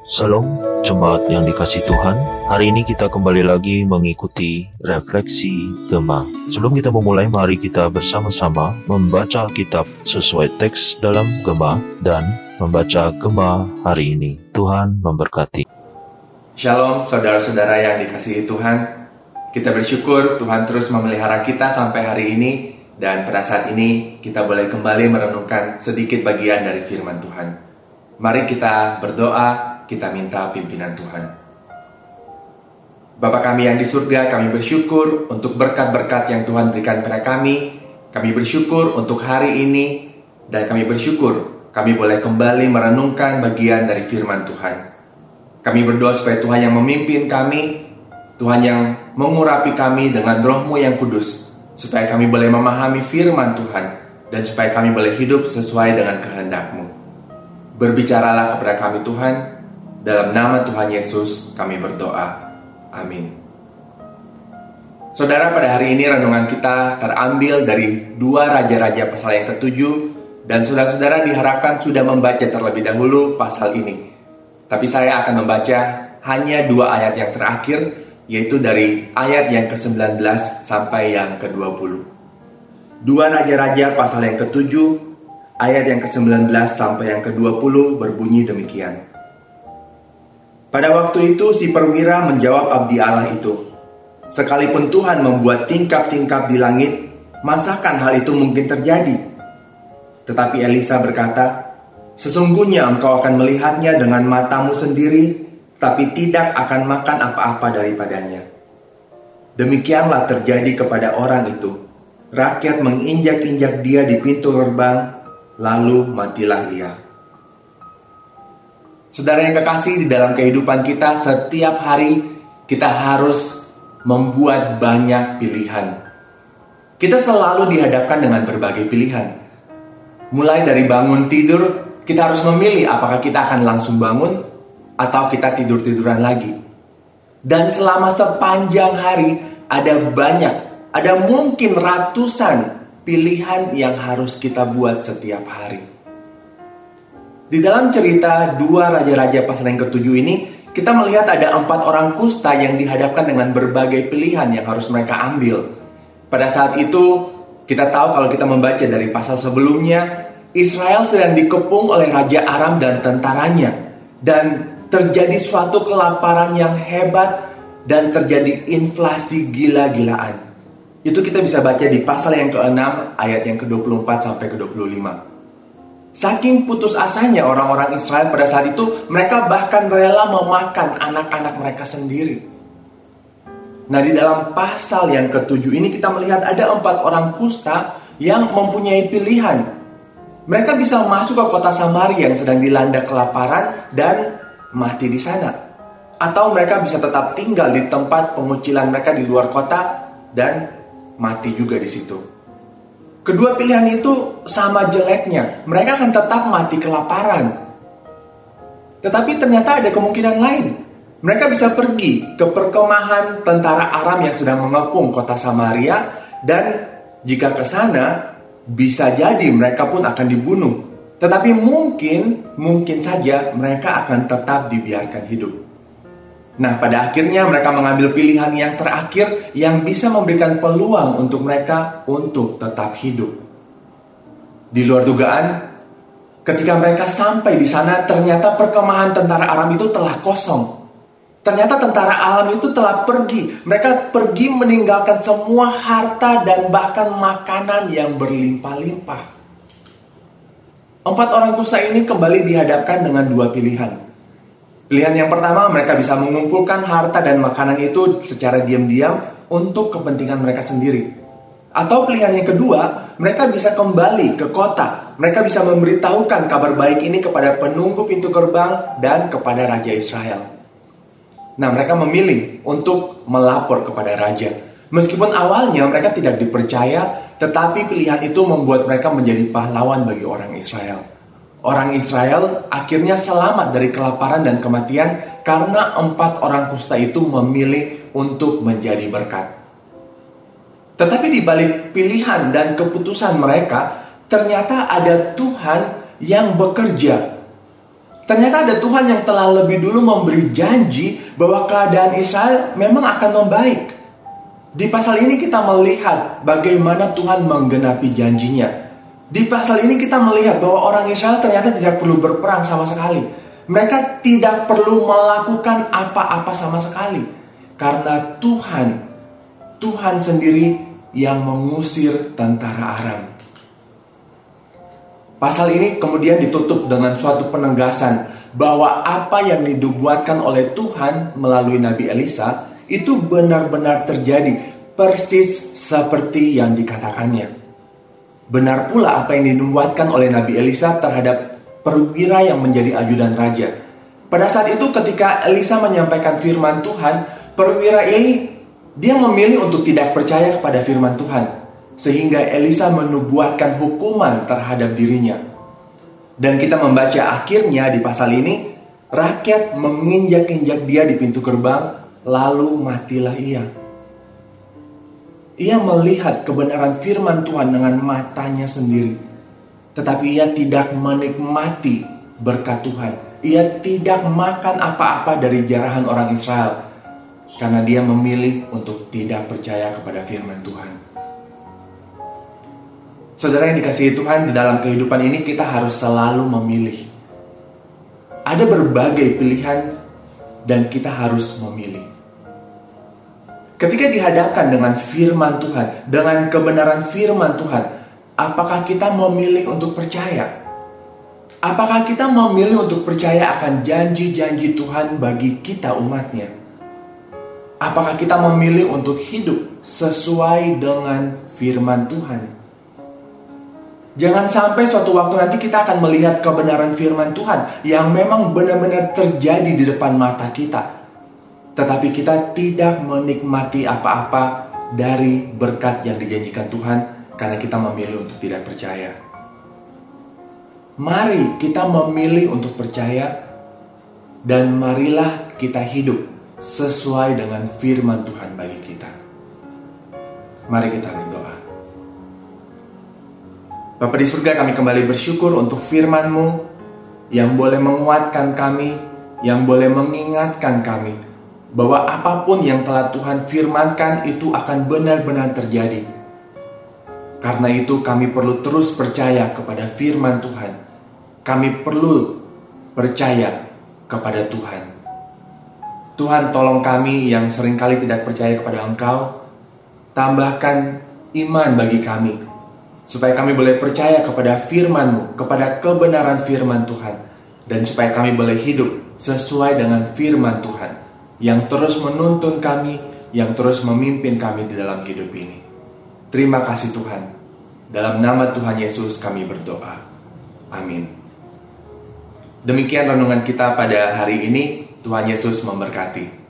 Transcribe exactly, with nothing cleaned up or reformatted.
Shalom, jemaat yang dikasih Tuhan. Hari ini kita kembali lagi mengikuti refleksi Gema. Sebelum kita memulai, mari kita bersama-sama membaca Alkitab sesuai teks dalam Gema dan membaca Gema hari ini. Tuhan memberkati. Shalom saudara-saudara yang dikasihi Tuhan. Kita bersyukur Tuhan terus memelihara kita sampai hari ini. Dan pada saat ini kita boleh kembali merenungkan sedikit bagian dari firman Tuhan. Mari kita berdoa, kita minta pimpinan Tuhan. Bapa kami yang di surga, kami bersyukur untuk berkat-berkat yang Tuhan berikan pada kami. Kami bersyukur untuk hari ini, dan kami bersyukur kami boleh kembali merenungkan bagian dari firman Tuhan. Kami berdoa supaya Tuhan yang memimpin kami, Tuhan yang mengurapi kami dengan Roh-Mu yang kudus, supaya kami boleh memahami firman Tuhan, dan supaya kami boleh hidup sesuai dengan kehendak-Mu. Berbicaralah kepada kami Tuhan, dalam nama Tuhan Yesus kami berdoa. Amin. Saudara, pada hari ini renungan kita terambil dari dua Raja-Raja pasal yang ketujuh, dan saudara-saudara diharapkan sudah membaca terlebih dahulu pasal ini. Tapi saya akan membaca hanya dua ayat yang terakhir, yaitu dari ayat yang ke sembilan belas sampai yang ke dua puluh. Dua Raja-Raja pasal yang ketujuh, ayat yang ke sembilan belas sampai yang ke dua puluh berbunyi demikian. Pada waktu itu si perwira menjawab abdi Allah itu, "Sekalipun Tuhan membuat tingkap-tingkap di langit, masakan hal itu mungkin terjadi?" Tetapi Elisa berkata, "Sesungguhnya engkau akan melihatnya dengan matamu sendiri, tapi tidak akan makan apa-apa daripadanya." Demikianlah terjadi kepada orang itu. Rakyat menginjak-injak dia di pintu gerbang, lalu matilah ia. Saudara yang kekasih, di dalam kehidupan kita setiap hari kita harus membuat banyak pilihan. Kita selalu dihadapkan dengan berbagai pilihan. Mulai dari bangun tidur, kita harus memilih apakah kita akan langsung bangun atau kita tidur-tiduran lagi. Dan selama sepanjang hari ada banyak, ada mungkin ratusan pilihan yang harus kita buat setiap hari. Di dalam cerita dua Raja-Raja pasal yang ketujuh ini, kita melihat ada empat orang kusta yang dihadapkan dengan berbagai pilihan yang harus mereka ambil. Pada saat itu, kita tahu kalau kita membaca dari pasal sebelumnya, Israel sedang dikepung oleh Raja Aram dan tentaranya. Dan terjadi suatu kelaparan yang hebat dan terjadi inflasi gila-gilaan. Itu kita bisa baca di pasal yang keenam ayat yang ke dua puluh empat sampai ke dua puluh lima. Saking putus asanya orang-orang Israel pada saat itu, mereka bahkan rela memakan anak-anak mereka sendiri. Nah, di dalam pasal yang ketujuh ini kita melihat ada empat orang kusta yang mempunyai pilihan. Mereka bisa masuk ke kota Samaria yang sedang dilanda kelaparan dan mati di sana. Atau mereka bisa tetap tinggal di tempat pengucilan mereka di luar kota dan mati juga di situ. Kedua pilihan itu sama jeleknya. Mereka akan tetap mati kelaparan. Tetapi ternyata ada kemungkinan lain. Mereka bisa pergi ke perkemahan tentara Aram yang sedang mengepung kota Samaria, dan jika ke sana bisa jadi mereka pun akan dibunuh. Tetapi mungkin, mungkin saja mereka akan tetap dibiarkan hidup. Nah, pada akhirnya mereka mengambil pilihan yang terakhir yang bisa memberikan peluang untuk mereka untuk tetap hidup. Di luar dugaan, ketika mereka sampai di sana, ternyata perkemahan tentara Aram itu telah kosong. Ternyata tentara Aram itu telah pergi. Mereka pergi meninggalkan semua harta dan bahkan makanan yang berlimpah-limpah. Empat orang kusta ini kembali dihadapkan dengan dua pilihan. Pilihan yang pertama, mereka bisa mengumpulkan harta dan makanan itu secara diam-diam untuk kepentingan mereka sendiri. Atau pilihan yang kedua, mereka bisa kembali ke kota. Mereka bisa memberitahukan kabar baik ini kepada penunggu pintu gerbang dan kepada Raja Israel. Nah, mereka memilih untuk melapor kepada Raja. Meskipun awalnya mereka tidak dipercaya, tetapi pilihan itu membuat mereka menjadi pahlawan bagi orang Israel. Orang Israel akhirnya selamat dari kelaparan dan kematian karena empat orang kusta itu memilih untuk menjadi berkat. Tetapi di balik pilihan dan keputusan mereka, ternyata ada Tuhan yang bekerja. Ternyata ada Tuhan yang telah lebih dulu memberi janji bahwa keadaan Israel memang akan membaik. Di pasal ini kita melihat bagaimana Tuhan menggenapi janjinya. Di pasal ini kita melihat bahwa orang Israel ternyata tidak perlu berperang sama sekali. Mereka tidak perlu melakukan apa-apa sama sekali. Karena Tuhan, Tuhan sendiri yang mengusir tentara Aram. Pasal ini kemudian ditutup dengan suatu penegasan bahwa apa yang dinubuatkan oleh Tuhan melalui Nabi Elisa itu benar-benar terjadi persis seperti yang dikatakannya. Benar pula apa yang dinubuatkan oleh Nabi Elisa terhadap perwira yang menjadi ajudan raja. Pada saat itu ketika Elisa menyampaikan firman Tuhan, perwira ini dia memilih untuk tidak percaya kepada firman Tuhan. Sehingga Elisa menubuatkan hukuman terhadap dirinya. Dan kita membaca akhirnya di pasal ini, rakyat menginjak-injak dia di pintu gerbang, lalu matilah ia. Ia melihat kebenaran firman Tuhan dengan matanya sendiri. Tetapi ia tidak menikmati berkat Tuhan. Ia tidak makan apa-apa dari jarahan orang Israel. Karena dia memilih untuk tidak percaya kepada firman Tuhan. Saudara yang dikasihi Tuhan, di dalam kehidupan ini kita harus selalu memilih. Ada berbagai pilihan dan kita harus memilih. Ketika dihadapkan dengan firman Tuhan, dengan kebenaran firman Tuhan, apakah kita memilih untuk percaya? Apakah kita memilih untuk percaya akan janji-janji Tuhan bagi kita umatnya? Apakah kita memilih untuk hidup sesuai dengan firman Tuhan? Jangan sampai suatu waktu nanti kita akan melihat kebenaran firman Tuhan yang memang benar-benar terjadi di depan mata kita. Tetapi kita tidak menikmati apa-apa dari berkat yang dijanjikan Tuhan karena kita memilih untuk tidak percaya. Mari kita memilih untuk percaya dan marilah kita hidup sesuai dengan firman Tuhan bagi kita. Mari kita berdoa. Bapa di surga, kami kembali bersyukur untuk firman-Mu yang boleh menguatkan kami, yang boleh mengingatkan kami bahwa apapun yang telah Tuhan firmankan itu akan benar-benar terjadi. Karena itu kami perlu terus percaya kepada firman Tuhan. Kami perlu percaya kepada Tuhan. Tuhan, tolong kami yang seringkali tidak percaya kepada Engkau, tambahkan iman bagi kami, supaya kami boleh percaya kepada firman-Mu, kepada kebenaran firman Tuhan. Dan supaya kami boleh hidup sesuai dengan firman Tuhan, yang terus menuntun kami, yang terus memimpin kami di dalam hidup ini. Terima kasih Tuhan. Dalam nama Tuhan Yesus kami berdoa. Amin. Demikian renungan kita pada hari ini. Tuhan Yesus memberkati.